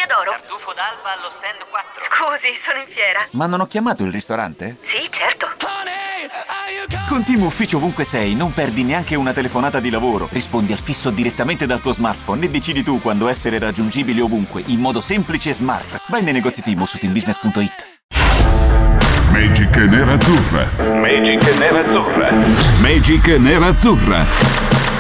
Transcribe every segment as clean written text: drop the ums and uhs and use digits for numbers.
Osteria d'Oro. Tartufo d'alba allo stand 4. Scusi, sono in fiera. Ma non ho chiamato il ristorante? Sì, certo. Con Team Ufficio ovunque sei, non perdi neanche una telefonata di lavoro. Rispondi al fisso direttamente dal tuo smartphone e decidi tu quando essere raggiungibile ovunque, in modo semplice e smart. Vai nei negozi Team o su teambusiness.it. Magic Nerazzurra. Magic Nerazzurra. Magic Nerazzurra.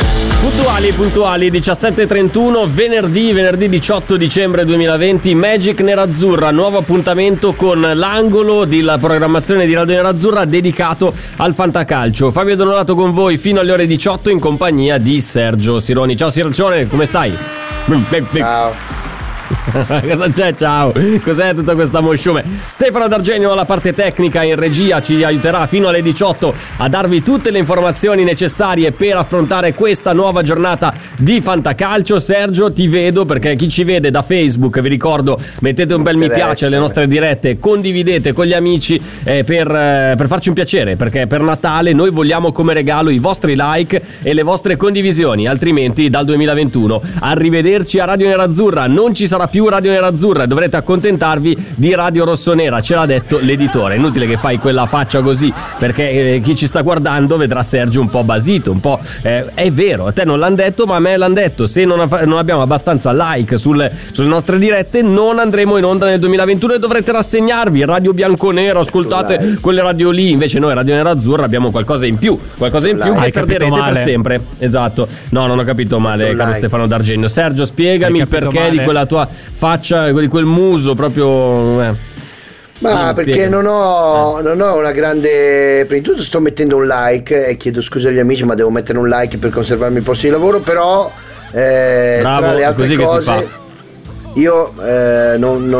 Puntuali 17:31, venerdì 18 dicembre 2020, Magic Nerazzurra, nuovo appuntamento con l'angolo della programmazione di Radio Nerazzurra dedicato al fantacalcio. Fabio Donolato con voi fino alle ore 18 in compagnia di Sergio Sironi. Ciao Sergione, come stai? Ciao. Cosa c'è? Ciao. Cos'è tutta questa mosciume? Stefano D'Argenio alla parte tecnica, in regia ci aiuterà fino alle 18 a darvi tutte le informazioni necessarie per affrontare questa nuova giornata di fantacalcio. Sergio, ti vedo, perché chi ci vede da Facebook, vi ricordo, mettete un bel mi piace alle nostre dirette, condividete con gli amici per farci un piacere, perché per Natale noi vogliamo come regalo i vostri like e le vostre condivisioni, altrimenti dal 2021 arrivederci a Radio Nerazzurra, non ci sarà più Radio Nerazzurra, dovrete accontentarvi di Radio Rossonera, ce l'ha detto l'editore. Inutile che fai quella faccia così, perché chi ci sta guardando vedrà Sergio un po' basito, un po'. È vero, a te non l'hanno detto, ma a me l'hanno detto. Se non abbiamo abbastanza like sulle nostre dirette, non andremo in onda nel 2021 e dovrete rassegnarvi. Radio Bianconero, ascoltate quelle radio lì. Invece noi Radio Nerazzurra abbiamo qualcosa in più che perderete per sempre. Esatto. No, non ho capito male, caro Stefano D'Argenio. Sergio, spiegami il perché di quella tua faccia, di quel muso proprio. Ma perché non ho una grande. Prima di tutto sto mettendo un like e chiedo scusa agli amici, ma devo mettere un like per conservarmi il posto di lavoro. Però bravo, tra le altre così cose, che si fa. Io a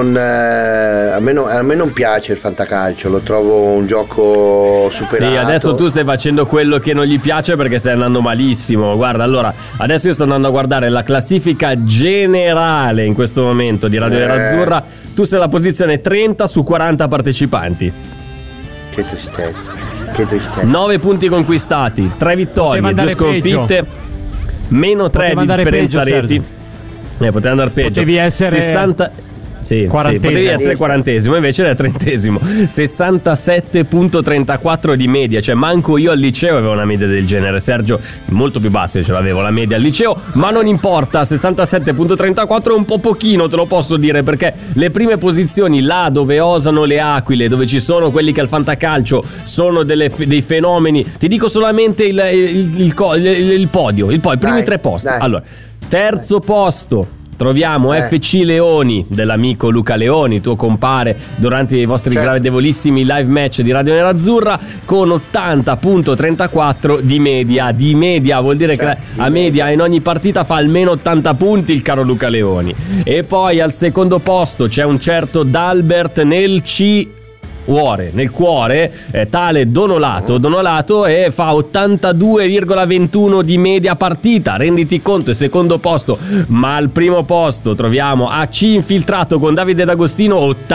me non piace il fantacalcio, lo trovo un gioco superato. Sì, adesso tu stai facendo quello che non gli piace perché stai andando malissimo. Guarda, allora, adesso io sto andando a guardare la classifica generale in questo momento di Radio Nerazzurra. Tu sei alla posizione 30 su 40 partecipanti. Che tristezza. 9 punti conquistati, 3 vittorie, 2 sconfitte, meno 3 di differenza reti. Poteva andare peggio. Potevi essere 60. Sì, potevi essere 40esimo, invece era 30esimo. 67.34 di media, cioè manco io al liceo avevo una media del genere. Sergio molto più bassa, ce l'avevo la media al liceo, ma non importa. 67.34 è un po' pochino, te lo posso dire, perché le prime posizioni, là dove osano le aquile, dove ci sono quelli che al fantacalcio sono dei fenomeni, ti dico solamente il podio, i primi 3 posti. Dai. Allora, terzo posto troviamo FC Leoni dell'amico Luca Leoni, tuo compare durante i vostri gradevolissimi live match di Radio Nerazzurra, con 80.34 di media. Di media vuol dire che a media in ogni partita fa almeno 80 punti il caro Luca Leoni. E poi al secondo posto c'è un certo D'Albert nel cuore, tale Donolato, e fa 82,21 di media partita. Renditi conto, il secondo posto, ma al primo posto troviamo AC Infiltrato con Davide D'Agostino,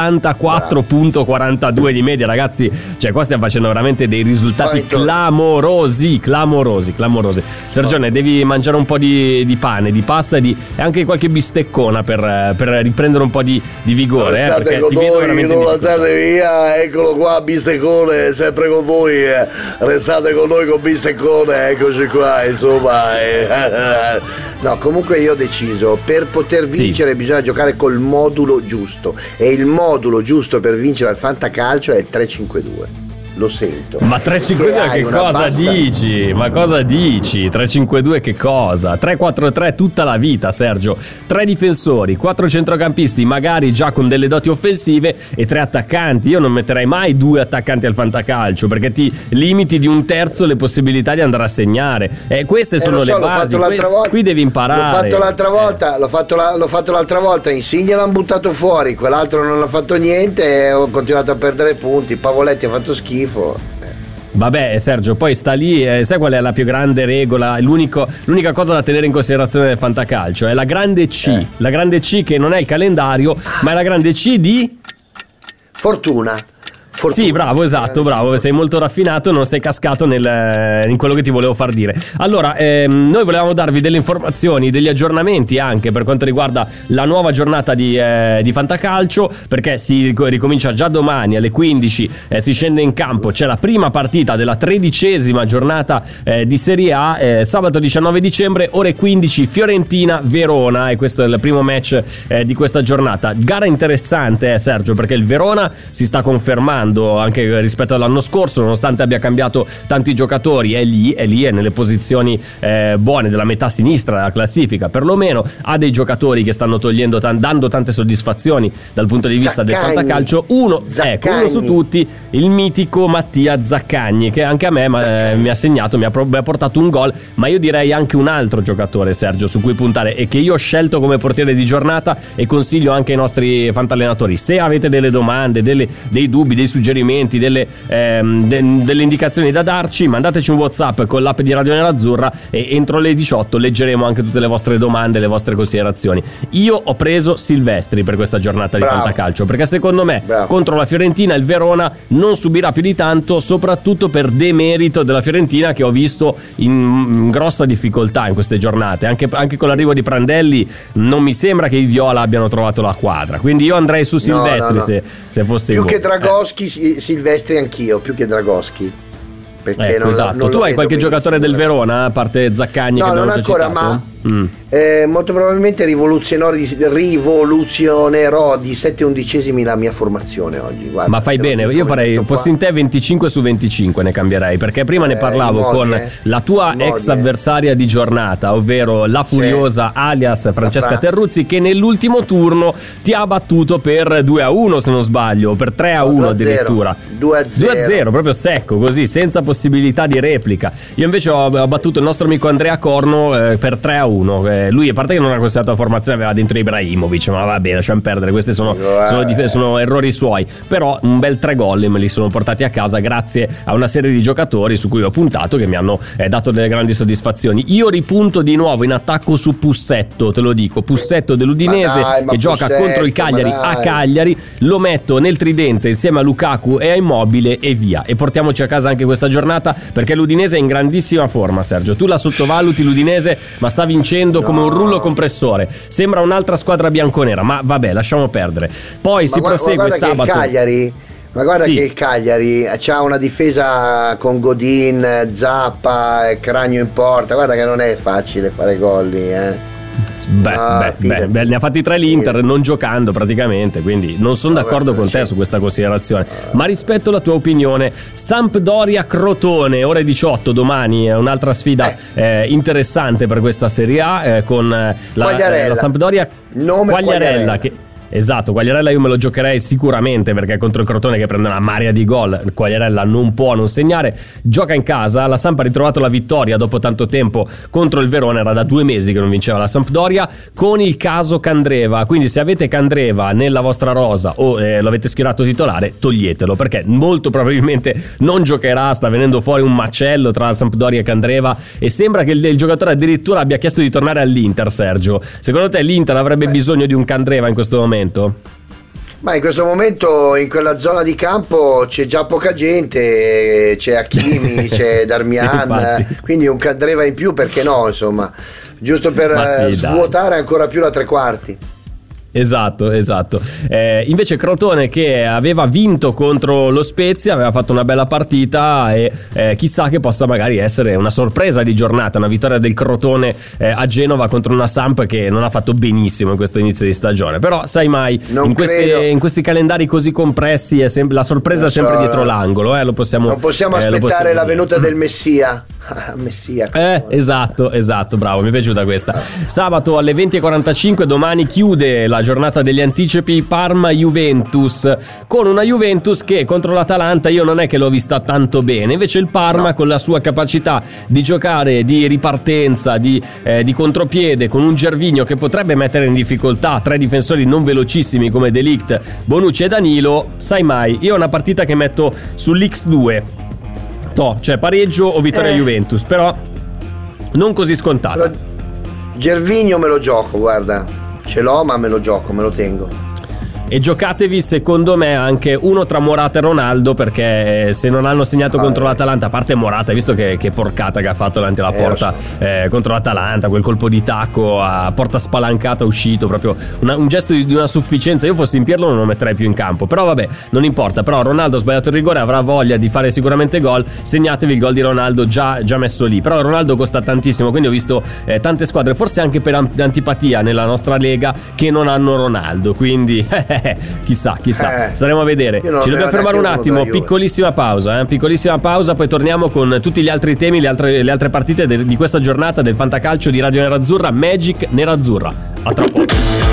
84,42 di media. Ragazzi, cioè qua stiamo facendo veramente dei risultati clamorosi. Sergione, devi mangiare un po' di pane, di pasta e anche qualche bisteccona per riprendere un po' di vigore, perché ti vedo veramente non andate via. Eccolo qua, bisteccone, sempre con voi, restate con noi con bisteccone, eccoci qua, insomma. No, comunque io ho deciso, per poter vincere bisogna giocare col modulo giusto, e il modulo giusto per vincere al fantacalcio è il 3-5-2. Lo sento. Ma 3-5-2 che cosa dici? Ma cosa dici? 3-5-2 che cosa? 3-4-3 tutta la vita, Sergio. 3 difensori, 4 centrocampisti, magari già con delle doti offensive, e 3 attaccanti. Io non metterei mai 2 attaccanti al fantacalcio, perché ti limiti di un terzo le possibilità di andare a segnare. Queste sono le basi. Qui devi imparare. L'ho fatto l'altra volta. Insigne l'hanno buttato fuori, quell'altro non ha fatto niente e ho continuato a perdere punti. Pavoletti ha fatto schifo. Vabbè, Sergio, poi sta lì, sai qual è la più grande regola? L'unica cosa da tenere in considerazione del fantacalcio è la grande C. La grande C, che non è il calendario, ma è la grande C di fortuna. fortuna. Sì, bravo, esatto, bravo, sei molto raffinato, non sei cascato in quello che ti volevo far dire. Allora, noi volevamo darvi delle informazioni, degli aggiornamenti anche per quanto riguarda la nuova giornata di Fantacalcio, perché si ricomincia già domani alle 15, si scende in campo, c'è la prima partita della 13ª giornata di Serie A, sabato 19 dicembre, ore 15, Fiorentina-Verona, e questo è il primo match di questa giornata. Gara interessante, Sergio, perché il Verona si sta confermando anche rispetto all'anno scorso, nonostante abbia cambiato tanti giocatori, è nelle posizioni buone della metà sinistra della classifica, perlomeno ha dei giocatori che stanno togliendo dando tante soddisfazioni dal punto di vista del fantacalcio. Uno su tutti, il mitico Mattia Zaccagni, che anche a me mi ha segnato, mi ha portato un gol, ma io direi anche un altro giocatore, Sergio, su cui puntare e che io ho scelto come portiere di giornata e consiglio anche ai nostri fantallenatori. Se avete delle domande, dei dubbi, dei suggerimenti, delle indicazioni da darci, mandateci un WhatsApp con l'app di Radio Nerazzurra e entro le 18 leggeremo anche tutte le vostre domande, le vostre considerazioni. Io ho preso Silvestri per questa giornata di fantacalcio, perché secondo me contro la Fiorentina il Verona non subirà più di tanto, soprattutto per demerito della Fiorentina, che ho visto in grossa difficoltà in queste giornate, anche con l'arrivo di Prandelli non mi sembra che i viola abbiano trovato la quadra, quindi io andrei su Silvestri. Se fosse più che Dragoschi, Silvestri anch'io, più che Dragoschi, perché esatto. Tu hai qualche giocatore del Verona a parte Zaccagni? No, che non ancora, citato? Molto probabilmente rivoluzionerò di 7/11 la mia formazione oggi. Guarda, ma fai bene, io farei, fossi in te, 25 su 25 ne cambierei, perché prima ne parlavo con la tua ex avversaria di giornata, ovvero la furiosa alias Francesca Terruzzi, che nell'ultimo turno ti ha battuto per 2-1 se non sbaglio, per 3-1 addirittura, 2-0 proprio secco, così, senza possibilità di replica. Io invece ho battuto il nostro amico Andrea Corno per 3-1. Lui, a parte che non ha considerato la formazione, aveva dentro Ibrahimovic, ma vabbè, lasciamo perdere, questi sono errori suoi, però un bel 3 gol me li sono portati a casa grazie a una serie di giocatori su cui ho puntato, che mi hanno dato delle grandi soddisfazioni. Io ripunto di nuovo in attacco su Pussetto, te lo dico, Pussetto dell'Udinese, che gioca contro il Cagliari a Cagliari, lo metto nel tridente insieme a Lukaku e a Immobile e via, e portiamoci a casa anche questa giornata, perché l'Udinese è in grandissima forma. Sergio, tu la sottovaluti l'Udinese, ma sta vincendo come un rullo compressore, sembra un'altra squadra bianconera, ma vabbè, lasciamo perdere. Poi si prosegue sabato. Che il Cagliari c'ha una difesa con Godin, Zappa, Cragno in porta, guarda che non è facile fare gol lì, ne ha fatti 3 l'Inter non giocando praticamente, quindi non sono d'accordo con te su questa considerazione, ma rispetto la tua opinione. Sampdoria Crotone, ore 18 domani, è un'altra sfida interessante per questa Serie A, con la Sampdoria Quagliarella che... Esatto, Quagliarella io me lo giocherei sicuramente, perché contro il Crotone, che prende una marea di gol, Quagliarella non può non segnare. Gioca in casa, la Samp ha ritrovato la vittoria dopo tanto tempo contro il Verona, era da 2 mesi che non vinceva la Sampdoria, con il caso Candreva, quindi se avete Candreva nella vostra rosa o lo avete schierato titolare, toglietelo, perché molto probabilmente non giocherà. Sta venendo fuori un macello tra la Sampdoria e Candreva, e sembra che il giocatore addirittura abbia chiesto di tornare all'Inter. Sergio, secondo te l'Inter avrebbe bisogno di un Candreva in questo momento? Ma in questo momento in quella zona di campo c'è già poca gente, c'è Hakimi, c'è Darmian, quindi un Candreva in più, perché no, insomma, giusto per svuotare ancora più la tre quarti. Esatto. Invece Crotone, che aveva vinto contro lo Spezia, aveva fatto una bella partita, e chissà che possa magari essere una sorpresa di giornata, una vittoria del Crotone a Genova contro una Samp che non ha fatto benissimo in questo inizio di stagione. Però sai mai, in questi calendari così compressi la sorpresa è sempre dietro l'angolo, non possiamo aspettare la venuta del Messia. Esatto, bravo, mi è piaciuta questa. Sabato alle 20:45 domani chiude la giornata degli anticipi Parma-Juventus, con una Juventus che contro l'Atalanta io non è che l'ho vista tanto bene, invece il Parma con la sua capacità di giocare, di ripartenza, di contropiede, con un Gervinho che potrebbe mettere in difficoltà 3 difensori non velocissimi come De Ligt, Bonucci e Danilo, sai mai, io ho una partita che metto sull'X2, cioè pareggio o vittoria Juventus, però non così scontata. Gervinho me lo gioco, guarda, ce l'ho, ma me lo gioco, me lo tengo. E giocatevi secondo me anche uno tra Morata e Ronaldo, perché se non hanno segnato contro l'Atalanta, a parte Morata, hai visto che porcata che ha fatto davanti alla porta contro l'Atalanta, quel colpo di tacco a porta spalancata uscito, proprio un gesto di una sufficienza. Io fossi in Pirlo non lo metterei più in campo, però vabbè, non importa. Però Ronaldo ha sbagliato il rigore, avrà voglia di fare sicuramente gol. Segnatevi il gol di Ronaldo già messo lì. Però Ronaldo costa tantissimo, quindi ho visto tante squadre, forse anche per antipatia nella nostra lega, che non hanno Ronaldo, quindi chissà, staremo a vedere. Ci dobbiamo fermare un attimo, piccolissima pausa, poi torniamo con tutti gli altri temi, le altre partite di questa giornata del Fantacalcio di Radio Nerazzurra, Magic Nerazzurra. A tra poco.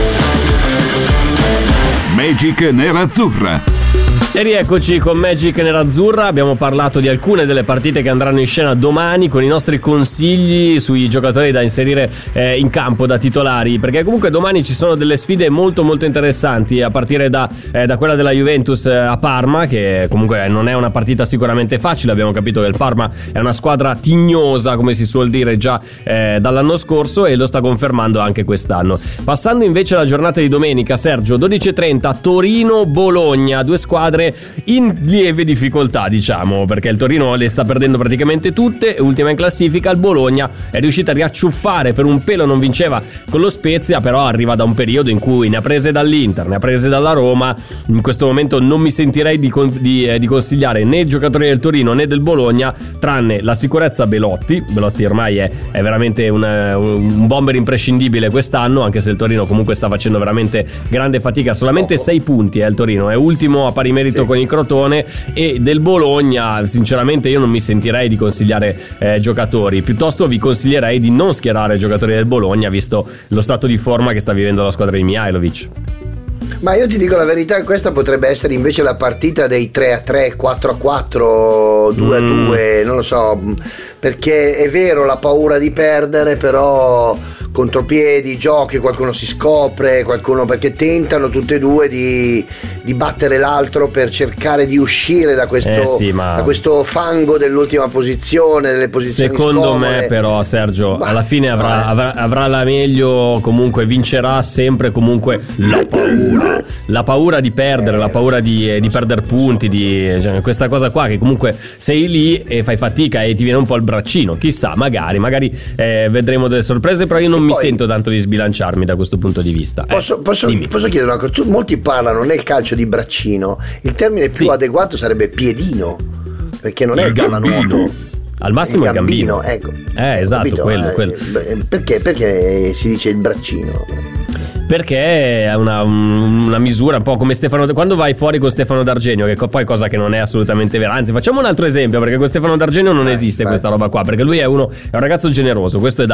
Magic Nerazzurra. E rieccoci con Magic Nerazzurra. Abbiamo parlato di alcune delle partite che andranno in scena domani, con i nostri consigli sui giocatori da inserire in campo da titolari, perché comunque domani ci sono delle sfide molto molto interessanti, a partire da quella della Juventus a Parma, che comunque non è una partita sicuramente facile. Abbiamo capito che il Parma è una squadra tignosa, come si suol dire, già dall'anno scorso, e lo sta confermando anche quest'anno. Passando invece alla giornata di domenica, Sergio, 12:30 Torino-Bologna, due squadre in lieve difficoltà, diciamo, perché il Torino le sta perdendo praticamente tutte, ultima in classifica. Il Bologna è riuscita a riacciuffare, per un pelo non vinceva con lo Spezia, però arriva da un periodo in cui ne ha prese dall'Inter, ne ha prese dalla Roma. In questo momento non mi sentirei di consigliare né i giocatori del Torino né del Bologna, tranne la sicurezza Belotti ormai è veramente un bomber imprescindibile quest'anno, anche se il Torino comunque sta facendo veramente grande fatica. Solamente 6 punti il Torino, è ultimo a pari merito con il Crotone. E del Bologna sinceramente io non mi sentirei di consigliare giocatori, piuttosto vi consiglierei di non schierare giocatori del Bologna, visto lo stato di forma che sta vivendo la squadra di Mihajlovic. Ma io ti dico la verità, questa potrebbe essere invece la partita dei 3-3, 4-4, 2-2, non lo so, perché è vero la paura di perdere, però contropiedi, giochi, qualcuno si scopre, qualcuno, perché tentano tutte e due di battere l'altro per cercare di uscire da questo, da questo fango dell'ultima posizione, delle posizioni secondo scomode. Me però Sergio alla fine avrà la meglio, comunque vincerà sempre comunque la paura di perdere, la paura di perdere punti, cioè, questa cosa qua, che comunque sei lì e fai fatica e ti viene un po' il braccino, chissà, magari vedremo delle sorprese, però io non mi sento tanto di sbilanciarmi da questo punto di vista. Posso chiedere una cosa? Molti parlano nel calcio di braccino, il termine più adeguato sarebbe piedino, perché non è il pallanuoto. Al massimo il gambino. Ecco. Esatto, quello. Perché si dice il braccino? Perché è una misura un po' come Stefano, quando vai fuori con Stefano D'Argenio, che poi cosa che non è assolutamente vera. Anzi, facciamo un altro esempio, perché con Stefano D'Argenio non esiste questa roba qua, perché lui è un ragazzo generoso, questo è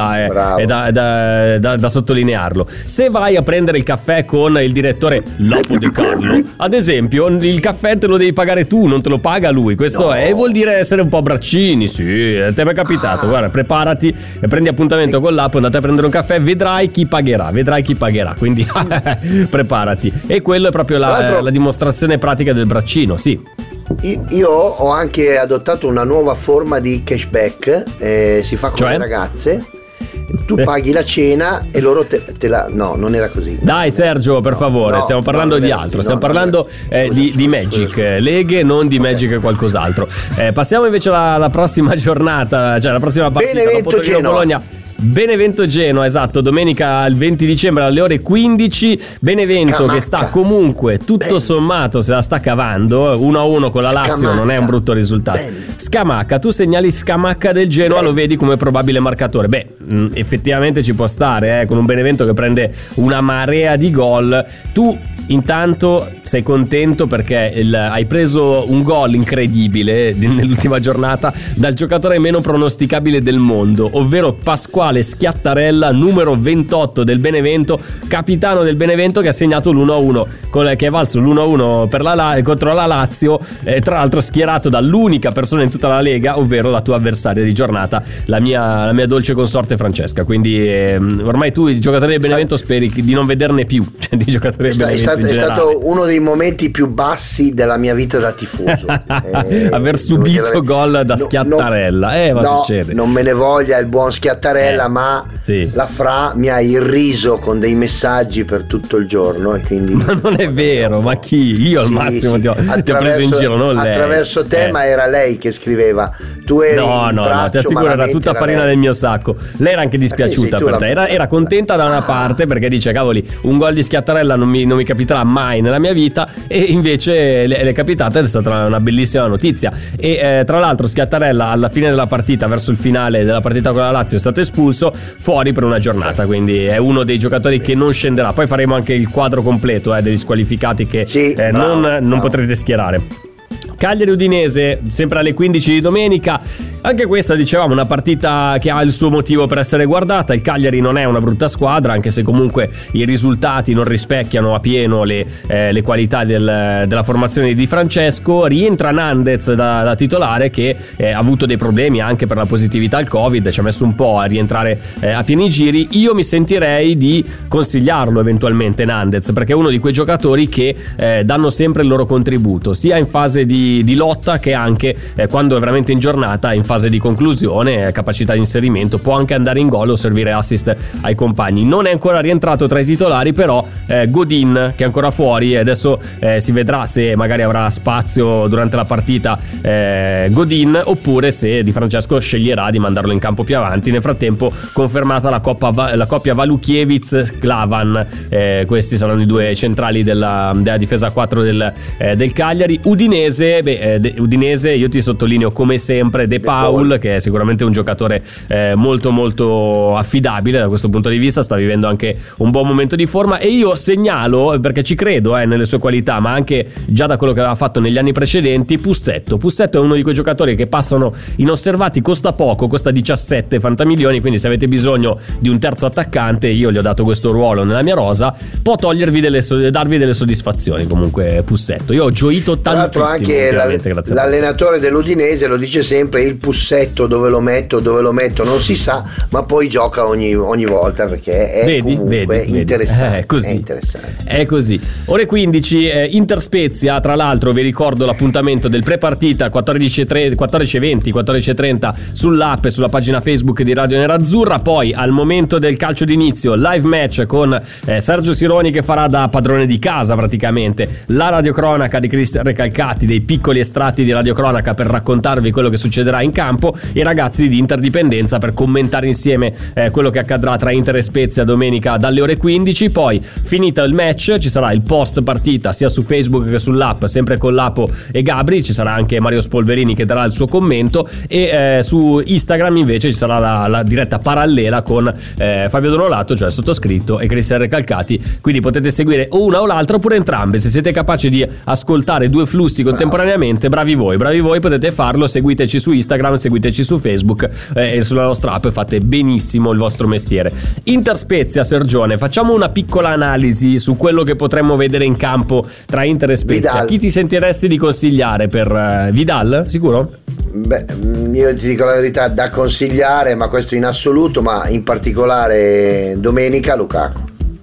da sottolinearlo. Se vai a prendere il caffè con il direttore Lapo De Carlo, ad esempio, il caffè te lo devi pagare tu, non te lo paga lui. Questo vuol dire essere un po' braccini. Sì, ti è mai capitato? Guarda, preparati e prendi appuntamento con Lapo, andate a prendere un caffè, vedrai chi pagherà. Quindi preparati. E quello è proprio la dimostrazione pratica del braccino, sì. Io ho anche adottato una nuova forma di cashback, si fa con le ragazze. Tu paghi la cena e loro te la... No, non era così. Dai Sergio, per favore, stiamo parlando di altro. Stiamo parlando di Magic leghe, non di Magic qualcos'altro. Passiamo invece alla prossima giornata, cioè la prossima partita. Benevento Genoa. Bologna. Benevento Genoa, esatto, domenica il 20 dicembre alle ore 15. Benevento Scamacca, che sta comunque tutto sommato se la sta cavando 1-1 con la Lazio, non è un brutto risultato. Scamacca, tu segnali Scamacca del Genoa, lo vedi come probabile marcatore. Effettivamente ci può stare, con un Benevento che prende una marea di gol. Tu intanto sei contento perché hai preso un gol incredibile nell'ultima giornata dal giocatore meno pronosticabile del mondo, ovvero Pasquale Schiattarella, numero 28 del Benevento, capitano del Benevento, che ha segnato l'1-1, che è valso l'1-1 contro la Lazio, tra l'altro schierato dall'unica persona in tutta la Lega, ovvero la tua avversaria di giornata, la mia dolce consorte Francesca. Quindi ormai tu i giocatori del Benevento speri di non vederne più, di giocatori del Benevento. in è generale. stato uno dei momenti più bassi della mia vita da tifoso. Aver subito gol da Schiattarella, ma succede. Non me ne voglia il buon Schiattarella, ma sì. la Fra mi ha irriso con dei messaggi per tutto il giorno e quindi... Ma non è vero, ma chi? Io al massimo ti ho preso in giro, non lei. Attraverso te, ma era lei che scriveva. Tu eri no, ti assicuro, era tutta farina del mio sacco. Lei era anche dispiaciuta per te, era contenta da una parte perché dice cavoli, un gol di Schiattarella non mi capiterà mai nella mia vita, e invece le è capitata ed è stata una bellissima notizia. E tra l'altro Schiattarella alla fine della partita, verso il finale della partita con la Lazio, è stato espulso fuori per una giornata, quindi è uno dei giocatori che non scenderà. Poi faremo anche il quadro completo degli squalificati che non potrete schierare. Cagliari-Udinese, sempre alle 15 di domenica. Anche questa, dicevamo, una partita che ha il suo motivo per essere guardata. Il Cagliari non è una brutta squadra, anche se comunque i risultati non rispecchiano a pieno le qualità della formazione di Di Francesco. Rientra Nandez da titolare, che ha avuto dei problemi anche per la positività al Covid, ci ha messo un po' a rientrare a pieni giri. Io mi sentirei di consigliarlo eventualmente Nandez, perché è uno di quei giocatori che danno sempre il loro contributo, sia in fase di lotta che anche quando è veramente in giornata, in fase di conclusione, capacità di inserimento, può anche andare in gol o servire assist ai compagni. Non è ancora rientrato tra i titolari però Godin, che è ancora fuori, e adesso si vedrà se magari avrà spazio durante la partita Godin, oppure se Di Francesco sceglierà di mandarlo in campo più avanti. Nel frattempo confermata la coppia Valukiewicz-Klavan, questi saranno i due centrali della difesa a 4 del Cagliari. Udinese, io ti sottolineo come sempre De Paul, che è sicuramente un giocatore molto molto affidabile da questo punto di vista, sta vivendo anche un buon momento di forma, e io segnalo, perché ci credo nelle sue qualità, ma anche già da quello che aveva fatto negli anni precedenti, Pussetto è uno di quei giocatori che passano inosservati, costa poco, costa 17 fantamilioni, quindi se avete bisogno di un terzo attaccante, io gli ho dato questo ruolo nella mia rosa, può darvi delle soddisfazioni. Comunque Pussetto, io ho gioito tantissimo. Anche l'allenatore dell'Udinese lo dice sempre: il Pussetto dove lo metto non si sa, ma poi gioca ogni volta, perché è interessante. È così. Ore 15, Inter Spezia. Tra l'altro vi ricordo l'appuntamento del pre-partita 14:20, 14:30 sull'app e sulla pagina Facebook di Radio Nerazzurra. Poi al momento del calcio d'inizio, live match con Sergio Sironi, che farà da padrone di casa praticamente, la radiocronaca di Cristian Recalcati, dei piccoli estratti di radiocronaca per raccontarvi quello che succederà in campo, e i ragazzi di Interdipendenza per commentare insieme quello che accadrà tra Inter e Spezia domenica dalle ore 15. Poi finita il match ci sarà il post partita sia su Facebook che sull'app, sempre con Lapo e Gabri, ci sarà anche Mario Spolverini che darà il suo commento, e su Instagram invece ci sarà la diretta parallela con Fabio Donolato, cioè sottoscritto, e Cristian Recalcati, quindi potete seguire o una o l'altra oppure entrambe. Se siete capaci di ascoltare due flussi contemporaneamente, bravi voi, potete farlo. Seguiteci su Instagram, seguiteci su Facebook e sulla nostra app, fate benissimo il vostro mestiere. Inter Spezia, Sergione, facciamo una piccola analisi su quello che potremmo vedere in campo tra Inter e Spezia. Vidal. Chi ti sentiresti di consigliare per Vidal? Sicuro? Beh, io ti dico la verità, da consigliare, ma questo in assoluto, ma in particolare domenica Lukaku.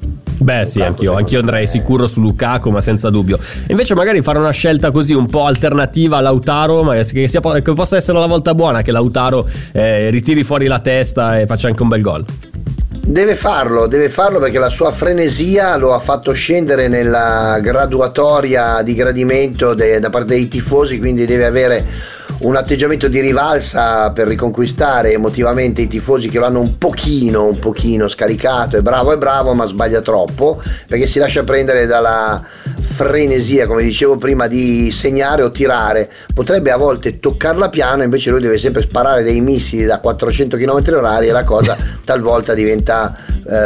Beh sì, anch'io andrei sicuro su Lukaku, ma senza dubbio. Invece magari fare una scelta così un po' alternativa a Lautaro, ma che possa essere la volta buona che Lautaro ritiri fuori la testa e faccia anche un bel gol. Deve farlo perché la sua frenesia lo ha fatto scendere nella graduatoria di gradimento da parte dei tifosi, quindi deve avere un atteggiamento di rivalsa per riconquistare emotivamente i tifosi che lo hanno un pochino scaricato. È bravo, ma sbaglia troppo, perché si lascia prendere dalla frenesia, come dicevo prima, di segnare o tirare. Potrebbe a volte toccarla piano, invece lui deve sempre sparare dei missili da 400 km/h e la cosa talvolta diventa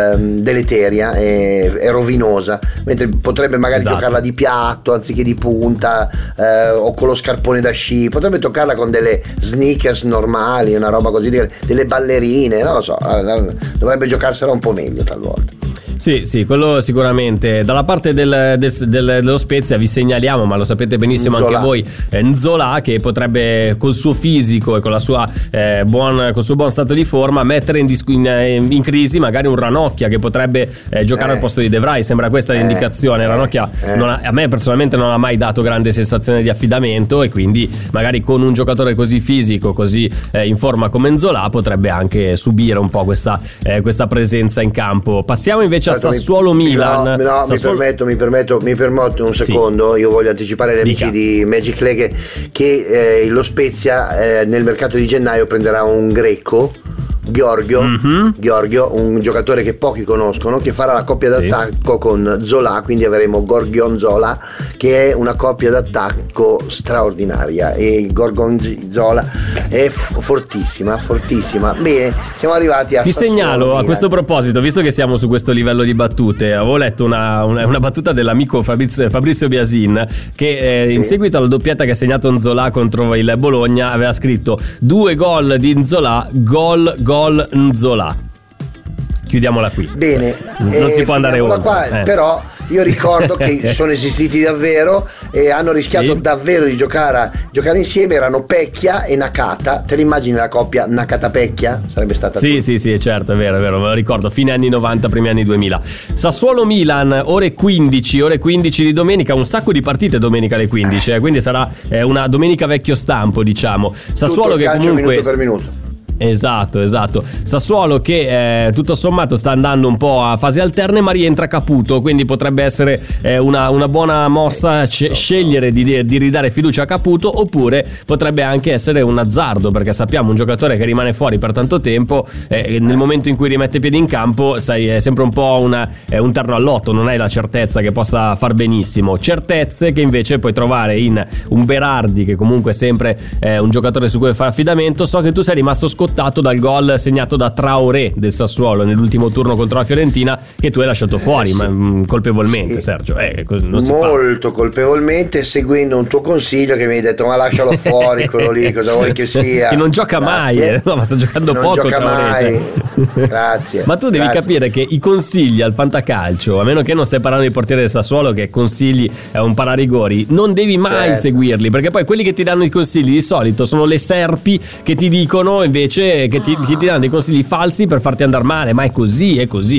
deleteria e rovinosa, mentre potrebbe magari giocarla di piatto anziché di punta, o con lo scarpone da sci. Potrebbe toccarla con delle sneakers normali, una roba così, delle ballerine, non lo so, dovrebbe giocarsela un po' meglio talvolta. Sì, quello sicuramente. Dalla parte dello Spezia vi segnaliamo, ma lo sapete benissimo Nzola. anche voi, Nzola, che potrebbe col suo fisico e con la sua col suo buon stato di forma mettere in crisi magari un Ranocchia che potrebbe giocare al posto di De Vrij. Sembra questa l'indicazione. Ranocchia a me personalmente non ha mai dato grande sensazione di affidamento, e quindi magari con un giocatore così fisico, così in forma come Nzola, potrebbe anche subire un po' questa presenza in campo. Passiamo invece a Sassuolo-Milan. Mi permetto un secondo. Io voglio anticipare agli amici di Magic League che lo Spezia nel mercato di gennaio prenderà un greco, Giorgio, un giocatore che pochi conoscono, che farà la coppia d'attacco con Zola, quindi avremo Gorgonzola, che è una coppia d'attacco straordinaria, e Gorgonzola è fortissima. Bene, siamo arrivati a Ti segnalo a questo proposito, visto che siamo su questo livello di battute, avevo letto una battuta dell'amico Fabrizio Biasin, che in seguito alla doppietta che ha segnato Nzola contro il Bologna aveva scritto 2 gol di Nzola, gol Nzola. Chiudiamola qui. Bene, non si può andare oltre. Però io ricordo che sono esistiti davvero e hanno rischiato davvero di giocare insieme. Erano Pecchia e Nakata. Te l'immagini la coppia Nakata-Pecchia? Sarebbe stata sì, certo, è vero, me lo ricordo, fine anni 90, primi anni 2000. Sassuolo-Milan, ore 15 di domenica, un sacco di partite domenica alle 15, quindi sarà una domenica vecchio stampo, diciamo. Sassuolo che comunque minuto per minuto. Esatto. Sassuolo che tutto sommato sta andando un po' a fasi alterne, ma rientra Caputo, quindi potrebbe essere una buona mossa scegliere di ridare fiducia a Caputo, oppure potrebbe anche essere un azzardo, perché sappiamo un giocatore che rimane fuori per tanto tempo, nel momento in cui rimette piedi in campo è sempre un po' un terno al lotto, non hai la certezza che possa far benissimo. Certezze che invece puoi trovare in un Berardi, che comunque è sempre un giocatore su cui fare affidamento. So che tu sei rimasto scottato dal gol segnato da Traoré del Sassuolo nell'ultimo turno contro la Fiorentina, che tu hai lasciato fuori, ma colpevolmente, Sergio. Non si molto colpevolmente, seguendo un tuo consiglio che mi hai detto: ma lascialo fuori quello lì, cosa vuoi che sia? Che non gioca mai, no, ma sta giocando non poco gioca Traoré, mai. Grazie. Ma tu devi capire che i consigli al fantacalcio, a meno che non stai parlando di portiere del Sassuolo, che consigli è un pararigori, non devi mai seguirli, perché poi quelli che ti danno i consigli di solito sono le serpi che ti dicono invece che ti danno dei consigli falsi per farti andare male, ma è così.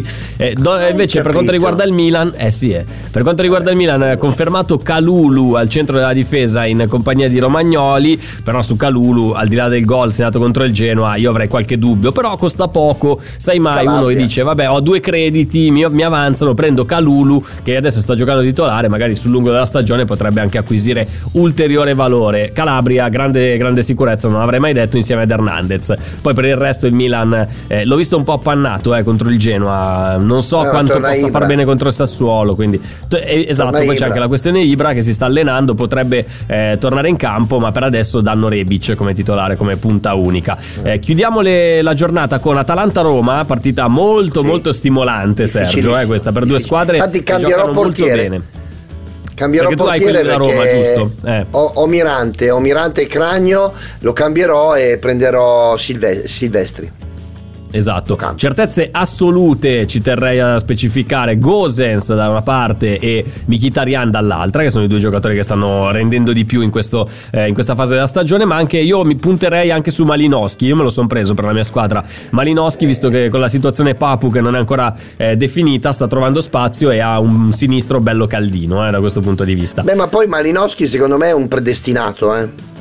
Invece per quanto riguarda il Milan, per quanto riguarda il Milan, confermato Kalulu al centro della difesa in compagnia di Romagnoli, però su Kalulu, al di là del gol segnato contro il Genoa, io avrei qualche dubbio, però costa poco, sai mai. Calabria. Uno che dice vabbè, ho 2 crediti, mi avanzano, prendo Kalulu che adesso sta giocando titolare, magari sul lungo della stagione potrebbe anche acquisire ulteriore valore. Calabria, grande sicurezza, non avrei mai detto, insieme ad Hernandez. Poi per il resto il Milan l'ho visto un po' appannato contro il Genoa, non so quanto possa far bene contro il Sassuolo, quindi esatto. Poi c'è anche la questione Ibra che si sta allenando, potrebbe tornare in campo, ma per adesso danno Rebic come titolare, come punta unica. Chiudiamo la giornata con Atalanta-Roma, partita molto stimolante, Sergio, questa per 2 squadre. Infatti cambierò portiere. Bene. Cambierò perché portiere da Roma, giusto? Ho Mirante e Cragno, lo cambierò e prenderò Silvestri. Esatto, certezze assolute, ci terrei a specificare: Gosens da una parte e Mkhitaryan dall'altra, che sono i 2 giocatori che stanno rendendo di più in questa fase della stagione. Ma anche io mi punterei anche su Malinowski. Io me lo sono preso per la mia squadra Malinowski, visto che con la situazione Papu che non è ancora definita sta trovando spazio e ha un sinistro bello caldino da questo punto di vista. Ma poi Malinowski secondo me è un predestinato.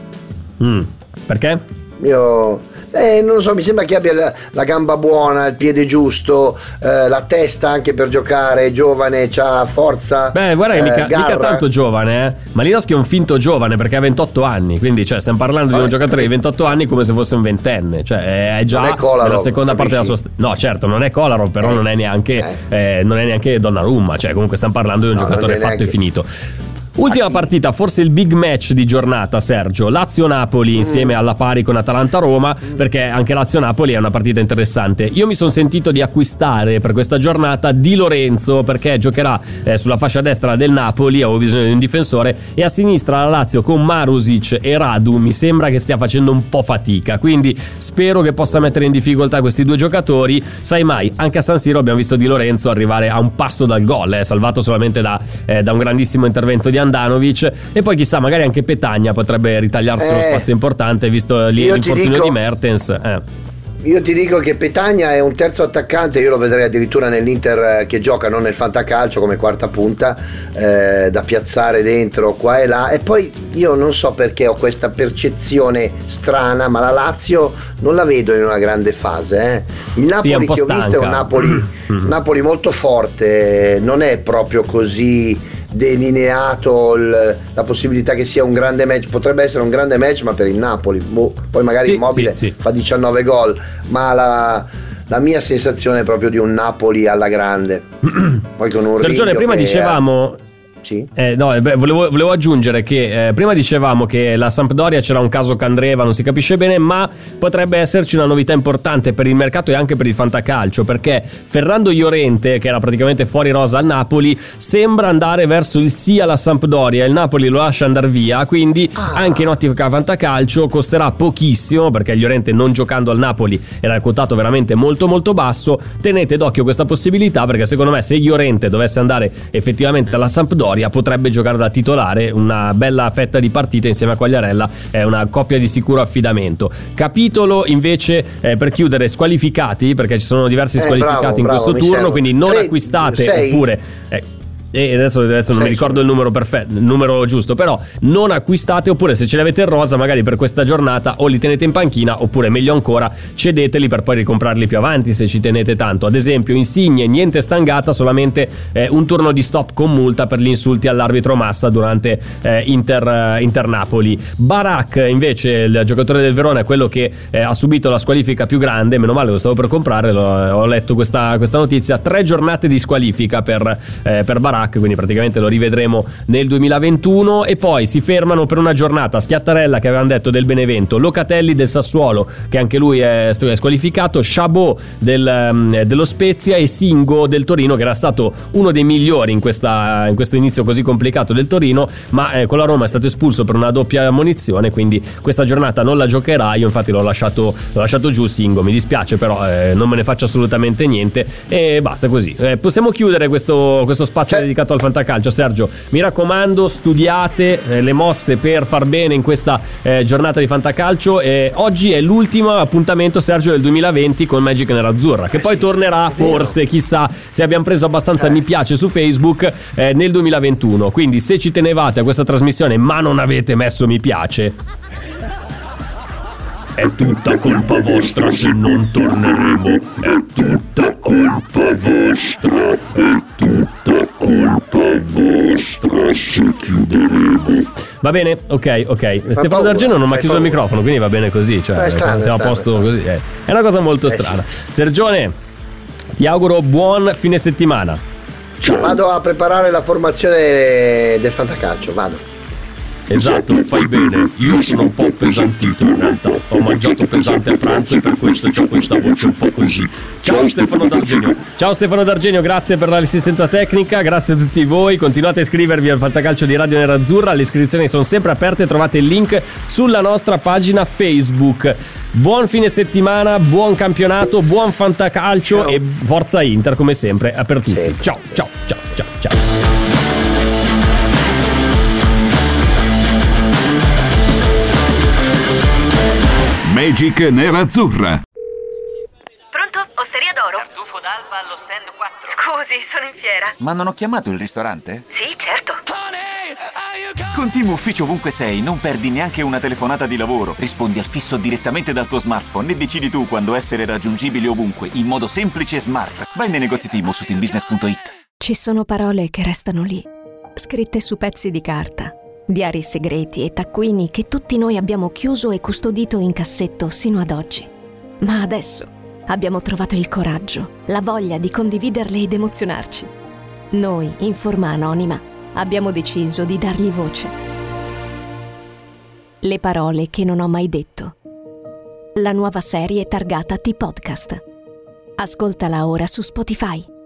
Perché? Io non lo so, mi sembra che abbia la gamba buona, il piede giusto, la testa anche per giocare, è giovane, c'ha forza. Guarda che mica tanto giovane, Malinowski è un finto giovane perché ha 28 anni, quindi stiamo parlando di un giocatore di 28 anni come se fosse un ventenne, è già nella seconda parte della sua no, certo, non è Kolarov, però non è neanche Donnarumma, comunque stiamo parlando di un giocatore fatto e finito. Ultima partita, forse il big match di giornata, Sergio. Lazio-Napoli insieme alla pari con Atalanta-Roma, perché anche Lazio-Napoli è una partita interessante. Io mi sono sentito di acquistare per questa giornata Di Lorenzo, perché giocherà sulla fascia destra del Napoli, avevo bisogno di un difensore, e a sinistra la Lazio con Marusic e Radu mi sembra che stia facendo un po' fatica, quindi spero che possa mettere in difficoltà questi due giocatori. Sai mai, anche a San Siro abbiamo visto Di Lorenzo arrivare a un passo dal gol, salvato solamente da un grandissimo intervento di Andanovic, e poi chissà, magari anche Petagna potrebbe ritagliarsi uno spazio importante visto l'infortunio di Mertens. Io ti dico che Petagna è un terzo attaccante, io lo vedrei addirittura nell'Inter che gioca, non nel fantacalcio, come quarta punta, da piazzare dentro qua e là. E poi io non so perché ho questa percezione strana, ma la Lazio non la vedo in una grande fase. Il Napoli che ho visto è un Napoli molto forte, non è proprio così delineato la possibilità che sia un grande match. Potrebbe essere un grande match, ma per il Napoli poi magari Immobile fa 19 gol, ma la mia sensazione è proprio di un Napoli alla grande. Poi con un Sergione, prima dicevamo Sì. Volevo aggiungere che prima dicevamo che la Sampdoria c'era un caso Candreva, non si capisce bene, ma potrebbe esserci una novità importante per il mercato e anche per il fantacalcio, perché Fernando Llorente, che era praticamente fuori rosa al Napoli, sembra andare verso il sì alla Sampdoria. Il Napoli lo lascia andare via, quindi anche in ottica fantacalcio costerà pochissimo, perché Llorente, non giocando al Napoli, era quotato veramente molto molto basso. Tenete d'occhio questa possibilità, perché secondo me se Llorente dovesse andare effettivamente alla Sampdoria potrebbe giocare da titolare una bella fetta di partite insieme a Quagliarella, è una coppia di sicuro affidamento. Capitolo invece per chiudere squalificati, perché ci sono diversi squalificati in questo turno, quindi non acquistate oppure e adesso non mi ricordo il numero perfetto, il numero giusto, però non acquistate, oppure se ce li avete in rosa magari per questa giornata o li tenete in panchina, oppure meglio ancora cedeteli per poi ricomprarli più avanti se ci tenete tanto. Ad esempio Insigne, niente stangata, solamente un turno di stop con multa per gli insulti all'arbitro Massa durante Inter Napoli. Barak invece, il giocatore del Verona, è quello che ha subito la squalifica più grande, meno male, lo stavo per comprare, ho letto questa notizia. 3 giornate di squalifica per Barak, quindi praticamente lo rivedremo nel 2021. E poi si fermano per una giornata Schiattarella, che avevamo detto, del Benevento, Locatelli del Sassuolo, che anche lui è squalificato, Chabot dello Spezia e Singo del Torino, che era stato uno dei migliori in questo inizio così complicato del Torino, ma con la Roma è stato espulso per una doppia ammonizione, quindi questa giornata non la giocherà. Io infatti l'ho lasciato giù Singo, mi dispiace, però non me ne faccio assolutamente niente e basta così. Possiamo chiudere questo spazio dedicato al fantacalcio. Sergio, mi raccomando, studiate le mosse per far bene in questa giornata di fantacalcio. Oggi è l'ultimo appuntamento, Sergio, del 2020 con Magic Nerazzurra, che poi tornerà forse, chissà, se abbiamo preso abbastanza mi piace su Facebook, nel 2021. Quindi se ci tenevate a questa trasmissione ma non avete messo mi piace, è tutta colpa vostra se non torneremo, è tutta colpa vostra, è tutta colpa vostra se chiuderemo. Va bene, ok. Stefano D'Argeno non mi ha chiuso il microfono, quindi va bene così, cioè siamo a posto così. È una cosa molto strana. Sergione, ti auguro buon fine settimana. Vado a preparare la formazione del fantacalcio, vado. Esatto, fai bene. Io sono un po' pesantito in realtà. Ho mangiato pesante a pranzo e per questo ho questa voce un po' così. Ciao Stefano D'Argenio. Ciao Stefano D'Argenio, grazie per l'assistenza tecnica, grazie a tutti voi. Continuate a iscrivervi al Fantacalcio di Radio Nerazzurra, le iscrizioni sono sempre aperte, trovate il link sulla nostra pagina Facebook. Buon fine settimana, buon campionato, buon fantacalcio e forza Inter come sempre per tutti. Ciao. Magic Nerazzurra. Pronto? Osteria d'oro? Tartufo d'alba allo stand 4. Scusi, sono in fiera. Ma non ho chiamato il ristorante? Sì, certo. Con Team Ufficio ovunque sei non perdi neanche una telefonata di lavoro. Rispondi al fisso direttamente dal tuo smartphone e decidi tu quando essere raggiungibile ovunque in modo semplice e smart. Vai nei negozi Team o su teambusiness.it. Ci sono parole che restano lì, scritte su pezzi di carta, diari segreti e taccuini che tutti noi abbiamo chiuso e custodito in cassetto sino ad oggi. Ma adesso abbiamo trovato il coraggio, la voglia di condividerle ed emozionarci. Noi, in forma anonima, abbiamo deciso di dargli voce. Le parole che non ho mai detto. La nuova serie targata T-Podcast. Ascoltala ora su Spotify.